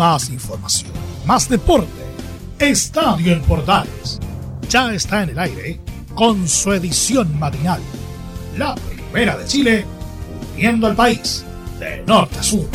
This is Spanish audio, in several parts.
Más información, más deporte. Estadio en Portales ya está en el aire con su edición matinal. La primera de Chile, uniendo al país de norte a sur.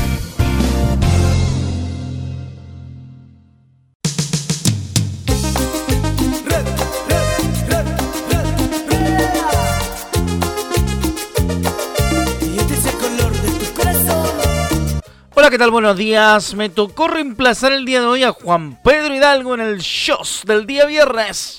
Hola, ¿qué tal? Buenos días. Me tocó reemplazar el día de hoy a Juan Pedro Hidalgo en el Shows del día viernes.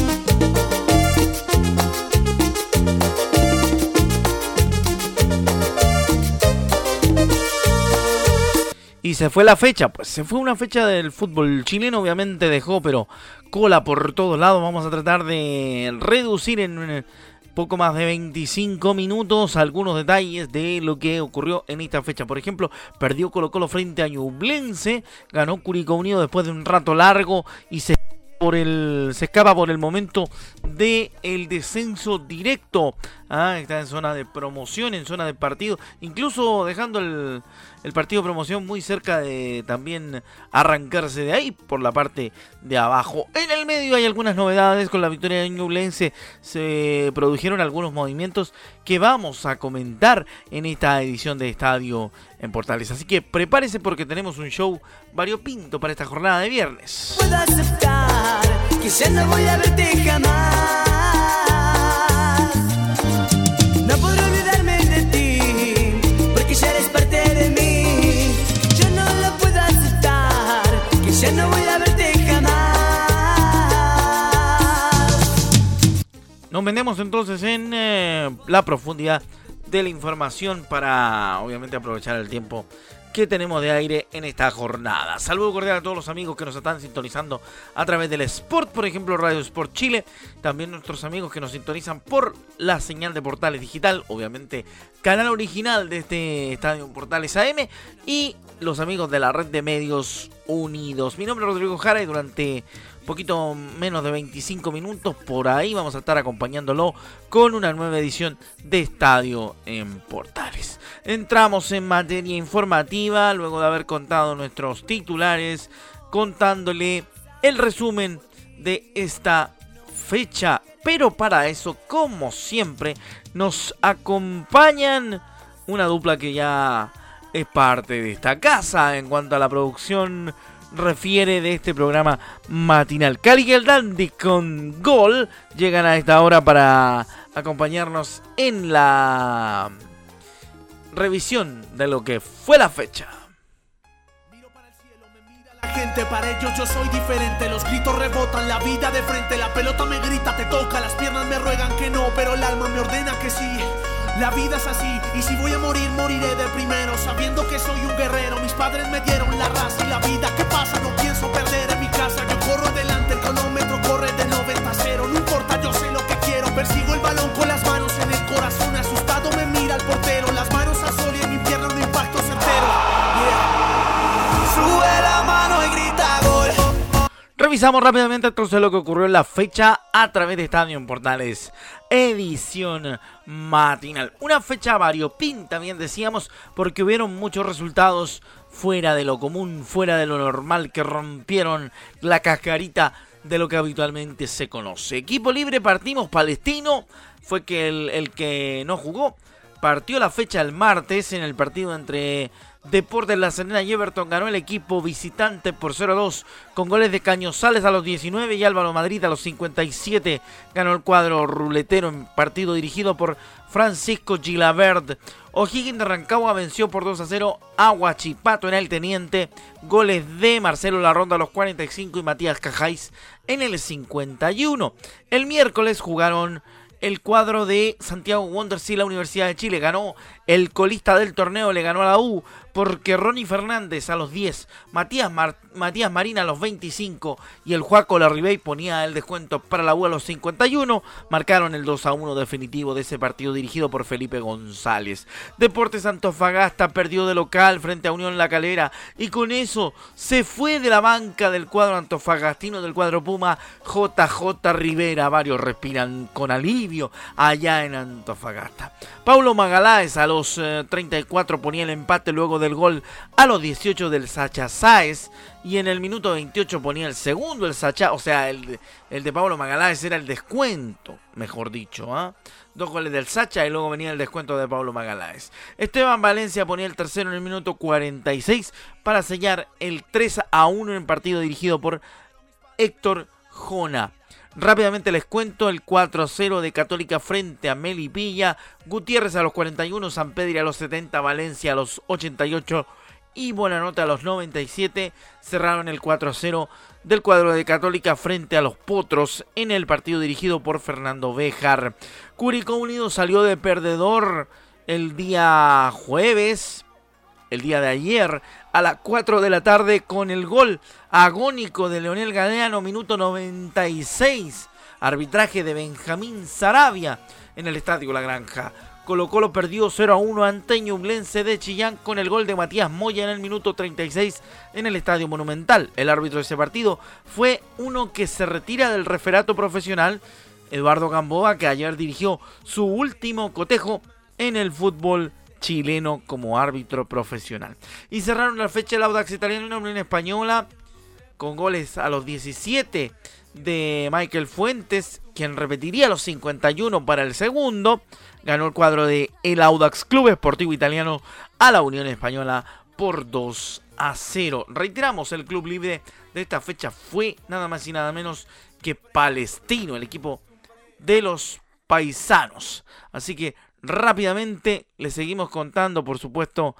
Y se fue la fecha, pues se fue una fecha del fútbol chileno, obviamente dejó, pero cola por todos lados. Vamos a tratar de reducir en poco más de 25 minutos algunos detalles de lo que ocurrió en esta fecha. Por ejemplo, perdió Colo-Colo frente a Ñublense, ganó Curicó Unido después de un rato largo y se escapa por el momento del descenso directo. Está en zona de promoción, en zona de partido, incluso dejando el partido de promoción muy cerca de también arrancarse de ahí por la parte de abajo. En el medio hay algunas novedades. Con la victoria de Ñublense se produjeron algunos movimientos que vamos a comentar en esta edición de Estadio en Portales. Así que prepárese porque tenemos un show variopinto para esta jornada de viernes. Puedo aceptar que ya no voy a verte jamás. No podré olvidarme de ti, porque ya eres parte de mí. Yo no lo puedo aceptar, que ya no voy a verte jamás. Nos metemos entonces en la profundidad de la información para obviamente aprovechar el tiempo que tenemos de aire en esta jornada. Saludo cordial a todos los amigos que nos están sintonizando a través del Sport, por ejemplo Radio Sport Chile, también nuestros amigos que nos sintonizan por la señal de Portales Digital, obviamente canal original de este Estadio Portales AM, y los amigos de la red de medios unidos. Mi nombre es Rodrigo Jara y durante poquito menos de 25 minutos por ahí vamos a estar acompañándolo con una nueva edición de Estadio en Portales. Entramos en materia informativa luego de haber contado nuestros titulares, contándole el resumen de esta fecha, pero para eso, como siempre, nos acompañan una dupla que ya es parte de esta casa en cuanto a la producción refiere de este programa matinal. Cali y el Dandy con Gol llegan a esta hora para acompañarnos en la revisión de lo que fue la fecha. Miro para el cielo, me mira la gente, para ellos yo soy diferente. Los gritos rebotan, la vida de frente, la pelota me grita, te toca, las piernas me ruegan que no, pero el alma me ordena que sí. La vida es así, y si voy a morir, moriré de primero, sabiendo que soy un guerrero. Mis padres me dieron la raza y la vida que pasa, no pienso perder en mi casa. Yo corro adelante, el cronómetro corre de 90-0. No importa, yo sé lo que quiero, persigo el balón con las manos en el corazón. Asustado me mira el portero, las manos a sol y en mi pierna un impacto certero. Yeah. Sube la mano y grita gol. Revisamos rápidamente entonces lo que ocurrió en la fecha a través de Estadio en Portales, edición matinal. Una fecha variopinta, bien decíamos, porque hubieron muchos resultados fuera de lo común, fuera de lo normal, que rompieron la cascarita de lo que habitualmente se conoce. Equipo libre, partimos. Palestino fue que el que no jugó. Partió la fecha el martes en el partido entre Deportes La Serena y Everton. Ganó el equipo visitante por 0-2 con goles de Cañozales a los 19 y Álvaro Madrid a los 57. Ganó el cuadro ruletero en partido dirigido por Francisco Gilabert. O'Higgins de Rancagua venció por 2-0 a Huachipato en el Teniente. Goles de Marcelo Larronda a los 45 y Matías Cajáis en el 51. El miércoles jugaron el cuadro de Santiago Wanderers y la Universidad de Chile. Ganó el colista del torneo, le ganó a la U, porque Ronnie Fernández a los 10, Matías Marina a los 25 y el Juaco Larribey ponía el descuento para la U a los 51. Marcaron el 2-1 definitivo de ese partido dirigido por Felipe González. Deportes Antofagasta perdió de local frente a Unión La Calera y con eso se fue de la banca del cuadro antofagastino, del cuadro Puma, JJ Rivera. Varios respiran con alivio allá en Antofagasta. Paulo Magaláes a los los 34 ponía el empate luego del gol a los 18 del Sacha Sáez. Y en el minuto 28 ponía el segundo el Sacha, o sea, el de Pablo Magaláes era el descuento, mejor dicho. 2 goles del Sacha y luego venía el descuento de Pablo Magaláes. Esteban Valencia ponía el tercero en el minuto 46 para sellar el 3-1 en partido dirigido por Héctor Jona. Rápidamente les cuento el 4-0 de Católica frente a Melipilla. Gutiérrez a los 41, Sampedri a los 70, Valencia a los 88 y Buenanote a los 97. Cerraron el 4-0 del cuadro de Católica frente a los Potros en el partido dirigido por Fernando Béjar. Curicó Unido salió de perdedor el día jueves, el día de ayer, a las 4 de la tarde con el gol agónico de Leonel Galeano, minuto 96. Arbitraje de Benjamín Saravia en el Estadio La Granja. Colo-Colo perdió 0-1 ante Ñublense de Chillán con el gol de Matías Moya en el minuto 36 en el Estadio Monumental. El árbitro de ese partido fue uno que se retira del referato profesional, Eduardo Gamboa, que ayer dirigió su último cotejo en el fútbol chileno como árbitro profesional. Y cerraron la fecha el Audax Italiano y la Unión Española con goles a los 17 de Michael Fuentes, quien repetiría los 51 para el segundo. Ganó el cuadro de el Audax Club Esportivo Italiano a la Unión Española por 2-0. Reiteramos, el club libre de esta fecha fue nada más y nada menos que Palestino, el equipo de los paisanos. Así que rápidamente les seguimos contando, por supuesto,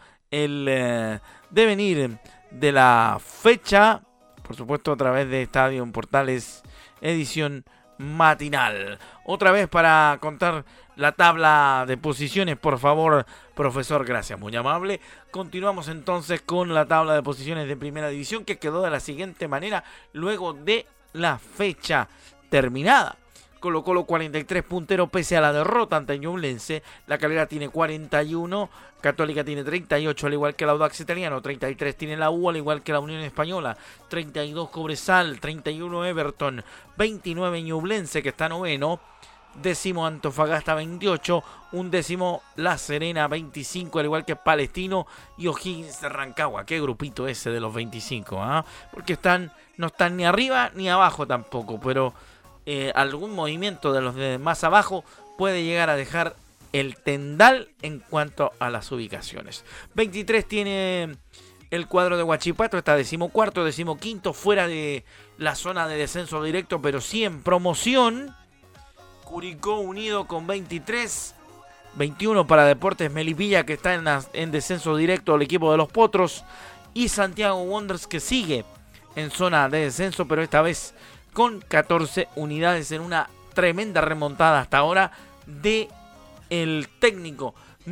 el devenir de la fecha, por supuesto a través de Estadio en Portales edición matinal. Otra vez para contar la tabla de posiciones, por favor, profesor, gracias, muy amable. Continuamos entonces con la tabla de posiciones de Primera División, que quedó de la siguiente manera luego de la fecha terminada. Colo-Colo 43 punteros pese a la derrota ante Ñublense. La Calera tiene 41, Católica tiene 38, al igual que el Audax Italiano. 33 tiene la U, al igual que la Unión Española. 32 Cobresal, 31 Everton, 29 Ñublense, que está noveno. Décimo Antofagasta 28, undécimo La Serena 25, al igual que Palestino y O'Higgins de Rancagua. Qué grupito ese de los 25, porque no están ni arriba ni abajo tampoco, pero algún movimiento de los de más abajo puede llegar a dejar el tendal en cuanto a las ubicaciones. 23 tiene el cuadro de Huachipato, está 14º, 15º, fuera de la zona de descenso directo, pero sí en promoción. Curicó Unido con 23, 21 para Deportes Melipilla, que está en descenso directo al equipo de los Potros, y Santiago Wanderers, que sigue en zona de descenso, pero esta vez con 14 unidades en una tremenda remontada hasta ahora de el técnico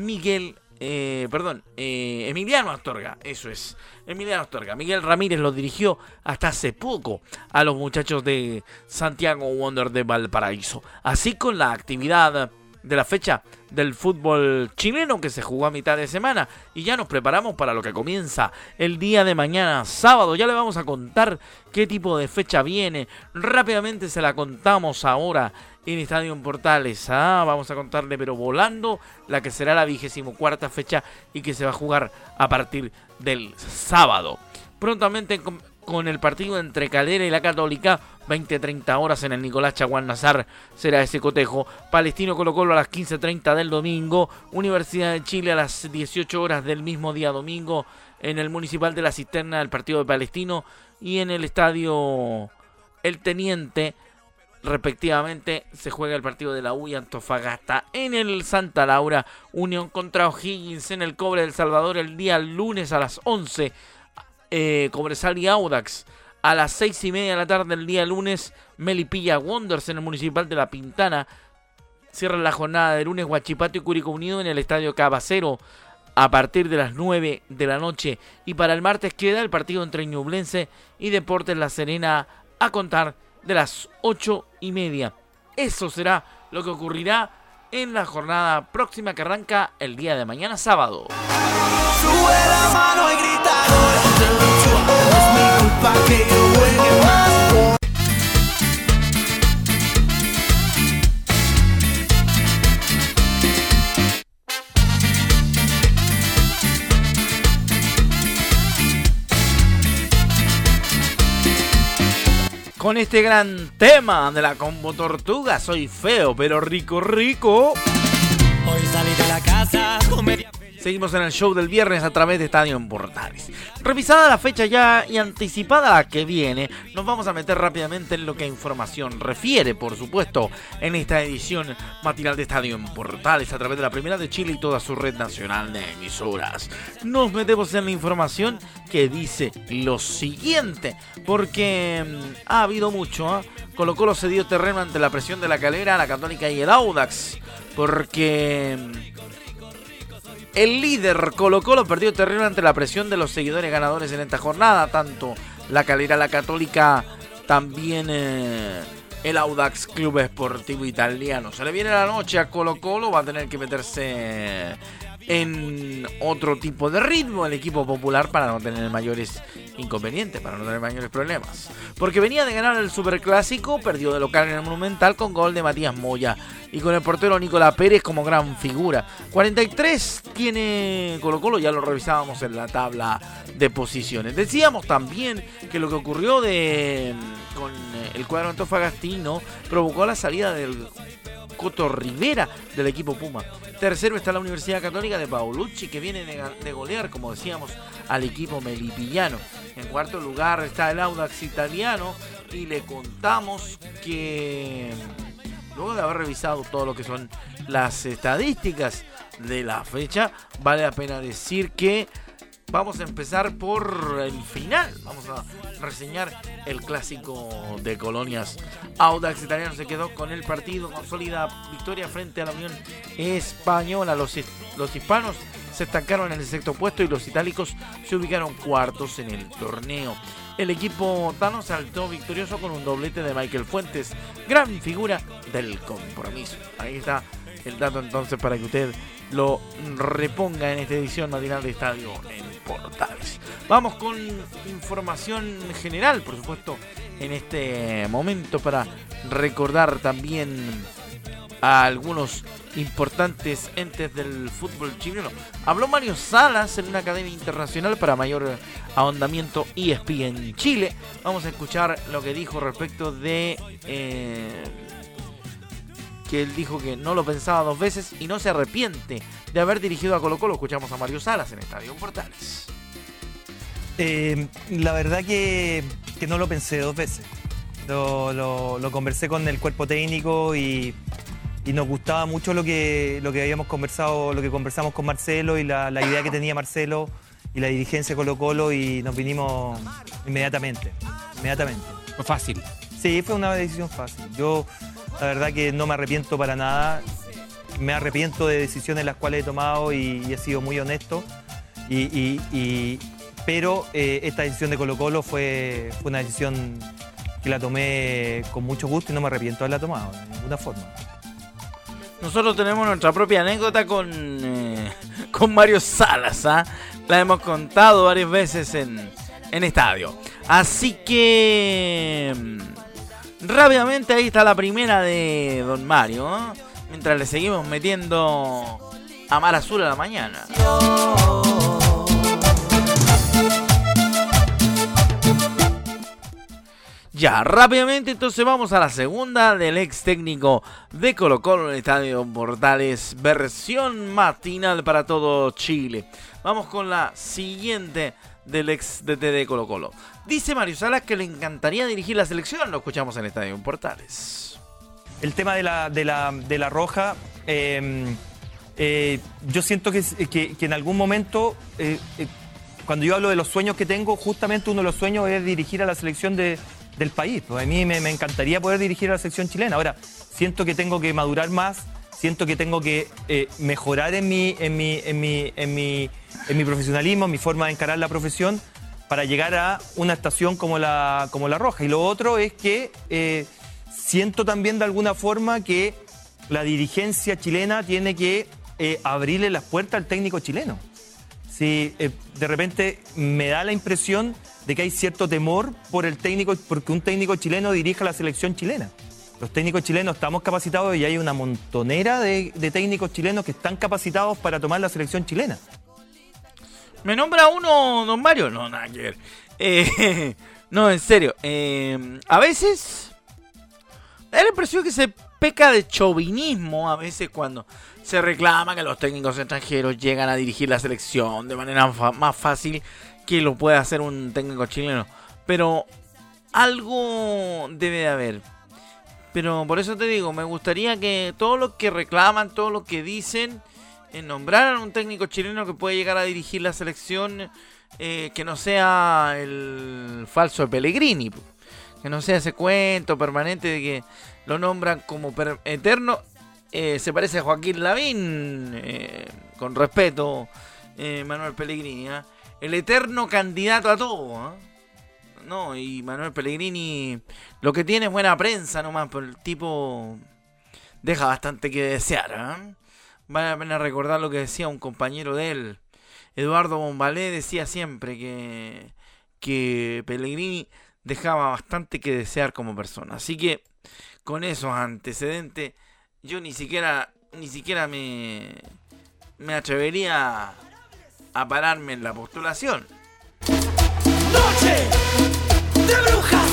Emiliano Astorga. Eso es, Emiliano Astorga. Miguel Ramírez los dirigió hasta hace poco a los muchachos de Santiago Wanderers de Valparaíso. Así con la actividad de la fecha del fútbol chileno que se jugó a mitad de semana, y ya nos preparamos para lo que comienza el día de mañana sábado. Ya le vamos a contar qué tipo de fecha viene. Rápidamente se la contamos ahora en Estadio en Portales. Vamos a contarle, pero volando, la que será la 24ª fecha y que se va a jugar a partir del sábado. Prontamente con el partido entre Calera y la Católica, 20-30 horas en el Nicolás Chaguán Nazar será ese cotejo. Palestino Colo-Colo a las 15:30 del domingo. Universidad de Chile a las 18 horas del mismo día domingo en el Municipal de la Cisterna, el partido de Palestino, y en el Estadio El Teniente respectivamente se juega el partido de la U y Antofagasta. En el Santa Laura, Unión contra O'Higgins en el Cobre del Salvador el día lunes a las 11. Cobresal y Audax a las 6:30 de la tarde el día lunes. Melipilla Wanderers en el Municipal de La Pintana. Cierra la jornada de lunes Huachipato y Curicó Unido en el Estadio Cabacero a partir de las 9 de la noche. Y para el martes queda el partido entre Ñublense y Deportes La Serena a contar de las 8:30. Eso será lo que ocurrirá en la jornada próxima que arranca el día de mañana sábado. Sube la mano y grita gol. No es mi culpa que yo juegue más. con este gran tema de la Combo Tortuga. Soy feo, pero rico, rico. Hoy salí de la casa con media... Seguimos en el show del viernes a través de Estadio en Portales. Revisada la fecha ya y anticipada la que viene, nos vamos a meter rápidamente en lo que a información refiere, por supuesto, en esta edición matinal de Estadio en Portales a través de la Primera de Chile y toda su red nacional de emisoras. Nos metemos en la información que dice lo siguiente, porque ha habido mucho, Colo-Colo cedió terreno ante la presión de La Calera, la Católica y el Audax, porque el líder Colo-Colo perdió terreno ante la presión de los seguidores ganadores en esta jornada, tanto La Calera, la Católica, también el Audax Club Esportivo Italiano. Se le viene la noche a Colo-Colo, va a tener que meterse en otro tipo de ritmo el equipo popular para no tener mayores inconvenientes, para no tener mayores problemas, porque venía de ganar el Superclásico, perdió de local en el Monumental con gol de Matías Moya y con el portero Nicolás Pérez como gran figura. 43 tiene Colo-Colo, ya lo revisábamos en la tabla de posiciones. Decíamos también que lo que ocurrió con el cuadro antofagastino provocó la salida del Coto Rivera del equipo Puma. Tercero está la Universidad Católica de Paolucci, que viene de golear, como decíamos, al equipo melipillano. En cuarto lugar está el Audax Italiano, y le contamos que luego de haber revisado todo lo que son las estadísticas de la fecha, vale la pena decir que vamos a empezar por el final. Vamos a reseñar el clásico de colonias. Audax Italiano se quedó con el partido, con sólida victoria frente a la Unión Española. Los hispanos se estancaron en el sexto puesto y los itálicos se ubicaron cuartos en el torneo. El equipo tano saltó victorioso con un doblete de Michael Fuentes, gran figura del compromiso. Ahí está el dato entonces para que usted lo reponga en esta edición matinal de Estadio en Portales. Vamos con información general, por supuesto, en este momento, para recordar también a algunos importantes entes del fútbol chileno. Habló Mario Salas en una academia internacional para mayor ahondamiento ESPN Chile. Vamos a escuchar lo que dijo respecto de que él dijo que no lo pensaba dos veces y no se arrepiente de haber dirigido a Colo-Colo. Escuchamos a Mario Salas en Estadio Portales. La verdad que no lo pensé dos veces. Lo conversé con el cuerpo técnico y nos gustaba mucho lo que habíamos conversado, lo que conversamos con Marcelo y la idea que tenía Marcelo y la dirigencia de Colo-Colo, y nos vinimos inmediatamente. Fue fácil. Sí, fue una decisión fácil. Yo la verdad que no me arrepiento para nada. Me arrepiento de decisiones las cuales he tomado y he sido muy honesto. Pero esta decisión de Colo-Colo fue una decisión que la tomé con mucho gusto y no me arrepiento de haberla tomado de ninguna forma. Nosotros tenemos nuestra propia anécdota con Mario Salas, la hemos contado varias veces en estadio. Así que rápidamente ahí está la primera de don Mario, mientras le seguimos metiendo a Mar Azul a la mañana. Ya, rápidamente entonces vamos a la segunda del ex técnico de Colo-Colo en el Estadio Portales, versión matinal para todo Chile. Vamos con la siguiente del ex DT de Colo-Colo. Dice Mario Salas que le encantaría dirigir la selección, lo escuchamos en el Estadio Portales. El tema de la roja, yo siento que en algún momento, cuando yo hablo de los sueños que tengo, justamente uno de los sueños es dirigir a la selección del país. Pues a mí me encantaría poder dirigir a la selección chilena. Ahora, siento que tengo que madurar más, siento que tengo que mejorar en mi profesionalismo, en mi forma de encarar la profesión, para llegar a una estación como la roja. Y lo otro es que siento también de alguna forma que la dirigencia chilena tiene que abrirle las puertas al técnico chileno. Si de repente me da la impresión de que hay cierto temor porque un técnico chileno dirija la selección chilena. Los técnicos chilenos estamos capacitados y hay una montonera de técnicos chilenos que están capacitados para tomar la selección chilena. ¿Me nombra uno, don Mario? No, nada que ver. No, en serio. A veces da la impresión que se peca de chauvinismo a veces cuando se reclama que los técnicos extranjeros llegan a dirigir la selección de manera más fácil que lo puede hacer un técnico chileno. Pero algo debe de haber. Pero por eso te digo, me gustaría que todos los que reclaman, todos los que dicen, nombraran un técnico chileno que puede llegar a dirigir la selección, que no sea el falso de Pellegrini, que no sea ese cuento permanente de que lo nombran como eterno. Se parece a Joaquín Lavín, con respeto, Manuel Pellegrini, ¿eh? El eterno candidato a todo, ¿eh? No, y Manuel Pellegrini lo que tiene es buena prensa nomás, pero el tipo deja bastante que desear, ¿eh? Vale la pena recordar lo que decía un compañero de él, Eduardo Bombalé, decía siempre que Pellegrini dejaba bastante que desear como persona. Así que con esos antecedentes yo ni siquiera me atrevería a pararme en la postulación. Noche de brujas.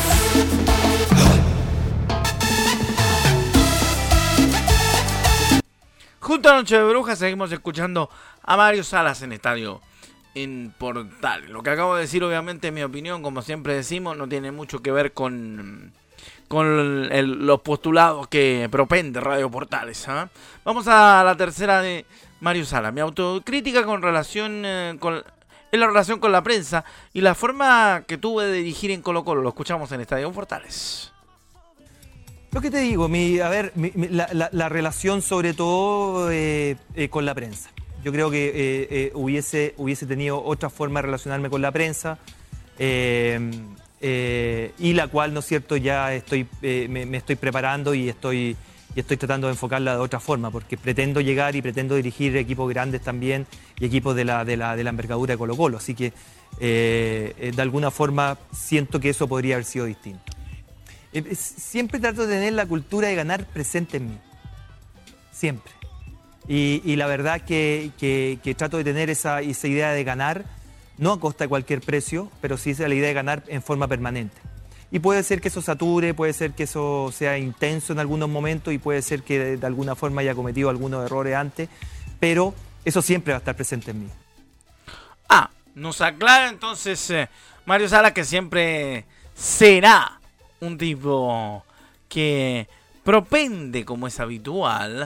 Junto a Noche de Brujas seguimos escuchando a Mario Salas en Estadio en Portales. Lo que acabo de decir, obviamente, en mi opinión, como siempre decimos, no tiene mucho que ver con los postulados que propende Radio Portales, ¿eh? Vamos a la tercera de Mario Salas. Mi autocrítica con relación en la relación con la prensa y la forma que tuve de dirigir en Colo-Colo. Lo escuchamos en Estadio Portales. Lo que te digo, la relación sobre todo con la prensa. Yo creo que hubiese tenido otra forma de relacionarme con la prensa y la cual, ¿no es cierto?, ya me estoy preparando y estoy tratando de enfocarla de otra forma, porque pretendo llegar y pretendo dirigir equipos grandes también y equipos de la envergadura de Colo-Colo. Así que de alguna forma siento que eso podría haber sido distinto. Siempre trato de tener la cultura de ganar presente en mí. Siempre. Y la verdad que trato de tener esa idea de ganar, no a costa de cualquier precio, pero sí la idea de ganar en forma permanente. Y puede ser que eso sature, puede ser que eso sea intenso en algunos momentos y puede ser que de alguna forma haya cometido algunos errores antes, pero eso siempre va a estar presente en mí. Nos aclara entonces Mario Salas que siempre será un tipo que propende, como es habitual,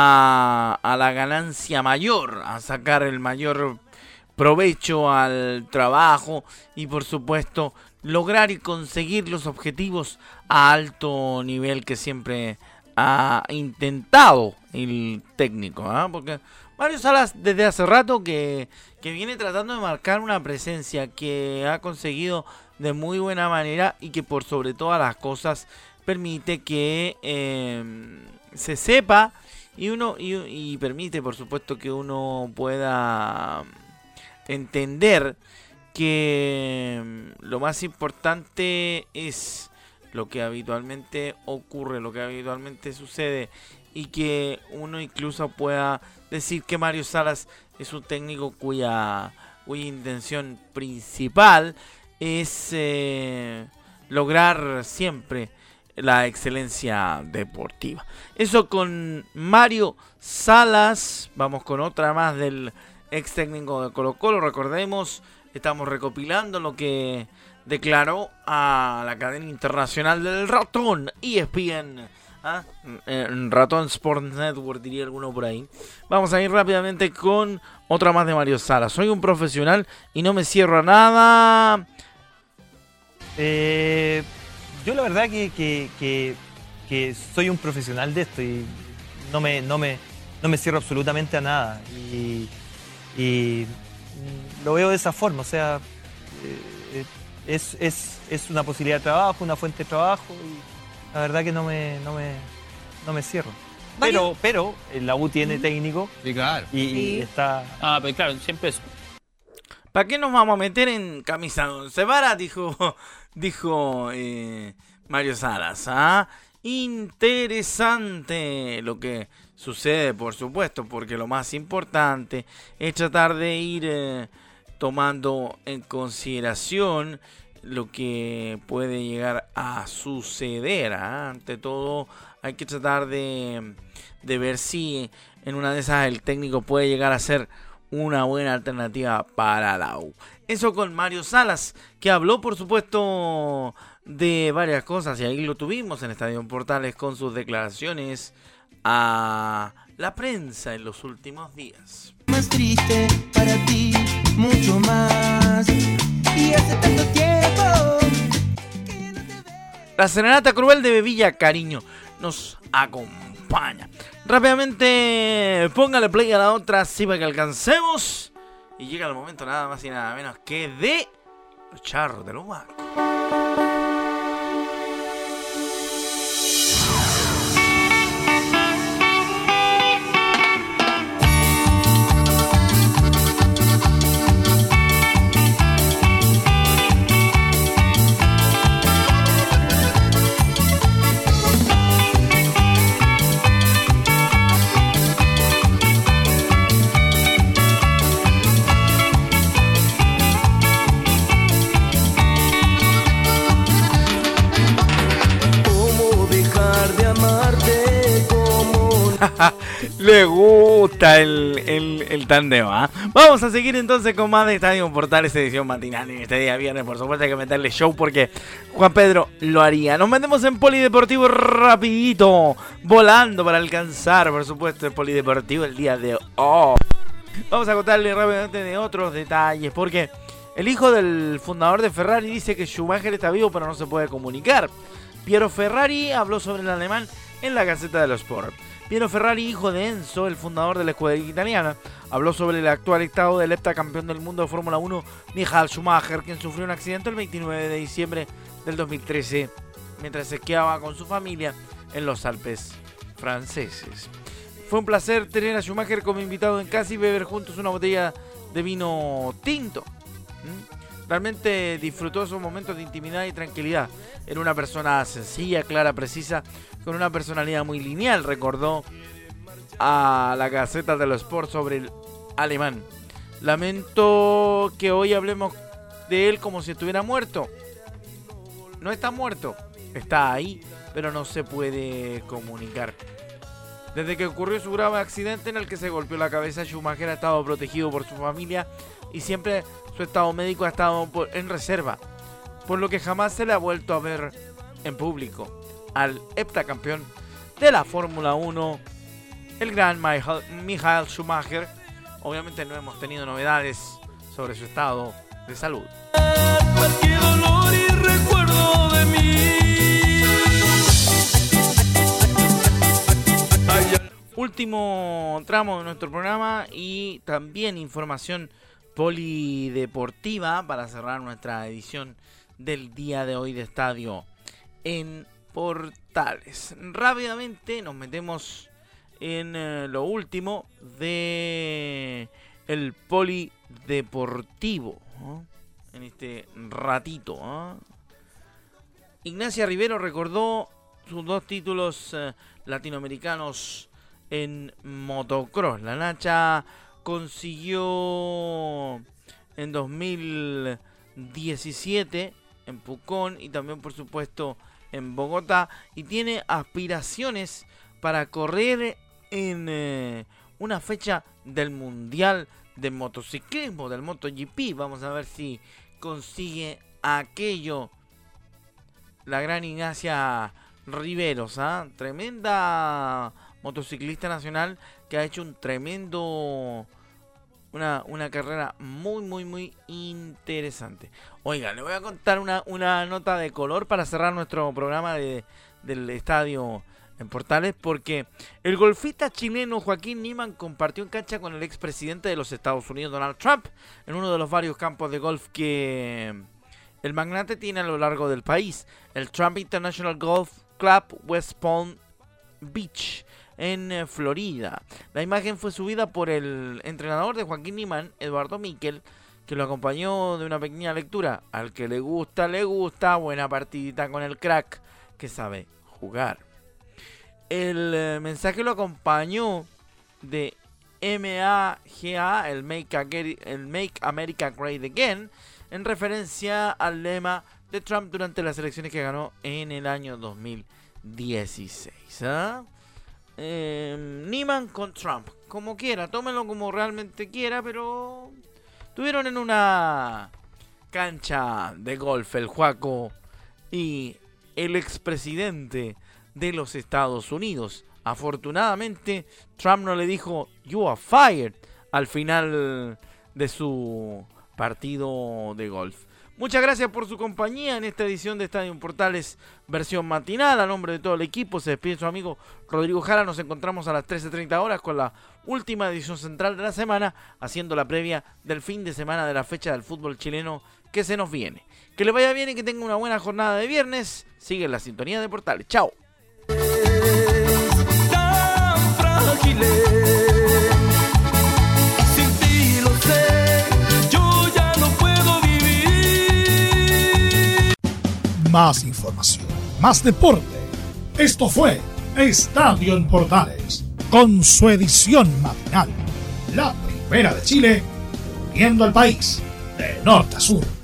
a la ganancia mayor, a sacar el mayor provecho al trabajo y, por supuesto, lograr y conseguir los objetivos a alto nivel que siempre ha intentado el técnico, ¿eh? Porque Mario Salas desde hace rato que viene tratando de marcar una presencia que ha conseguido de muy buena manera y que por sobre todas las cosas permite que se sepa y permite, por supuesto, que uno pueda entender que lo más importante es lo que habitualmente ocurre, lo que habitualmente sucede, y que uno incluso pueda decir que Mario Salas es un técnico cuya intención principal es lograr siempre la excelencia deportiva. Eso con Mario Salas. Vamos con otra más del ex técnico de Colo-Colo. Recordemos, estamos recopilando lo que declaró a la cadena internacional del Ratón, ESPN, Ratón Sports Network, diría alguno por ahí. Vamos a ir rápidamente con otra más de Mario Salas. Soy un profesional y no me cierro a nada. Yo la verdad que soy un profesional de esto y no me cierro absolutamente a nada. Y lo veo de esa forma, o sea, es una posibilidad de trabajo, una fuente de trabajo, y la verdad que no me cierro. Pero la U tiene técnico, Sí, claro. y está... Pero claro, siempre eso. ¿Para qué nos vamos a meter en camisa de once varas? Dijo Mario Salas. Interesante lo que sucede, por supuesto, porque lo más importante es tratar de ir tomando en consideración lo que puede llegar a suceder. Ante todo, hay que tratar de ver si en una de esas el técnico puede llegar a ser una buena alternativa para la U. Eso con Mario Salas, que habló, por supuesto, de varias cosas, y ahí lo tuvimos en Estadio Portales con sus declaraciones a la prensa en los últimos días. Más triste para ti, mucho más. Y hace tanto tiempo que no te veo. La serenata cruel de Villa Cariño nos acompaña. Rápidamente, póngale play a la otra, así para que alcancemos. Y llega el momento nada más y nada menos que de los charros de los bancos. Le gusta el tandeo, ¿ah? Vamos a seguir entonces con más de Estadio Portales edición matinal. En este día viernes, por supuesto, hay que meterle show porque Juan Pedro lo haría. Nos metemos en Polideportivo rapidito, volando para alcanzar, por supuesto, el Polideportivo el día de hoy. Vamos a contarle rápidamente de otros detalles, porque el hijo del fundador de Ferrari dice que Schumacher está vivo pero no se puede comunicar. Piero Ferrari habló sobre el alemán en la Gazzetta dello Sport. Piero Ferrari, hijo de Enzo, el fundador de la escudería italiana, habló sobre el actual estado del heptacampeón del mundo de Fórmula 1, Michael Schumacher, quien sufrió un accidente el 29 de diciembre del 2013, mientras esquiaba con su familia en los Alpes franceses. Fue un placer tener a Schumacher como invitado en casa y beber juntos una botella de vino tinto. Realmente disfrutó esos momentos de intimidad y tranquilidad. Era una persona sencilla, clara, precisa, con una personalidad muy lineal, recordó a la Gazzetta dello Sport sobre el alemán. Lamento que hoy hablemos de él como si estuviera muerto. No está muerto, está ahí, pero no se puede comunicar. Desde que ocurrió su grave accidente en el que se golpeó la cabeza, Schumacher ha estado protegido por su familia y siempre su estado médico ha estado en reserva, por lo que jamás se le ha vuelto a ver en público al heptacampeón de la Fórmula 1, el gran Michael Schumacher. Obviamente no hemos tenido novedades sobre su estado de salud. Cualquier dolor y recuerdo de mí. Último tramo de nuestro programa y también información polideportiva para cerrar nuestra edición del día de hoy de Estadio en Portales. Rápidamente nos metemos en lo último de el polideportivo, ¿no? En este ratito, ¿no? Ignacia Rivero recordó sus 2 títulos latinoamericanos en motocross. La Nacha consiguió en 2017 en Pucón y también por supuesto en Bogotá, y tiene aspiraciones para correr en una fecha del Mundial de Motociclismo, del MotoGP. Vamos a ver si consigue aquello la gran Ignacia Riveros, tremenda motociclista nacional que ha hecho un tremendo una carrera muy interesante. Oiga, le voy a contar una nota de color para cerrar nuestro programa del Estadio en Portales, porque el golfista chileno Joaquín Niemann compartió en cancha con el expresidente de los Estados Unidos, Donald Trump, en uno de los varios campos de golf que el magnate tiene a lo largo del país, el Trump International Golf Club West Palm Beach en Florida. La imagen fue subida por el entrenador de Joaquín Niemann, Eduardo Miquel, que lo acompañó de una pequeña lectura. Al que le gusta, buena partidita con el crack que sabe jugar. El mensaje lo acompañó de MAGA, el Make America Great Again, en referencia al lema de Trump durante las elecciones que ganó en el año 2016. Niemann con Trump, como quiera, tómenlo como realmente quiera, pero estuvieron en una cancha de golf el Juaco y el expresidente de los Estados Unidos. Afortunadamente, Trump no le dijo "You are fired" al final de su partido de golf. Muchas gracias por su compañía en esta edición de Estadio Portales versión matinal. A nombre de todo el equipo se despide su amigo Rodrigo Jara. Nos encontramos a las 13:30 horas con la última edición central de la semana, haciendo la previa del fin de semana de la fecha del fútbol chileno que se nos viene. Que le vaya bien y que tenga una buena jornada de viernes. Sigue en la sintonía de Portales. Chao. Tan frágiles, sin ti lo sé, yo ya no puedo vivir. Más información, más deporte. Esto fue Estadio en Portales, con su edición matinal. La primera de Chile, uniendo al país de norte a sur.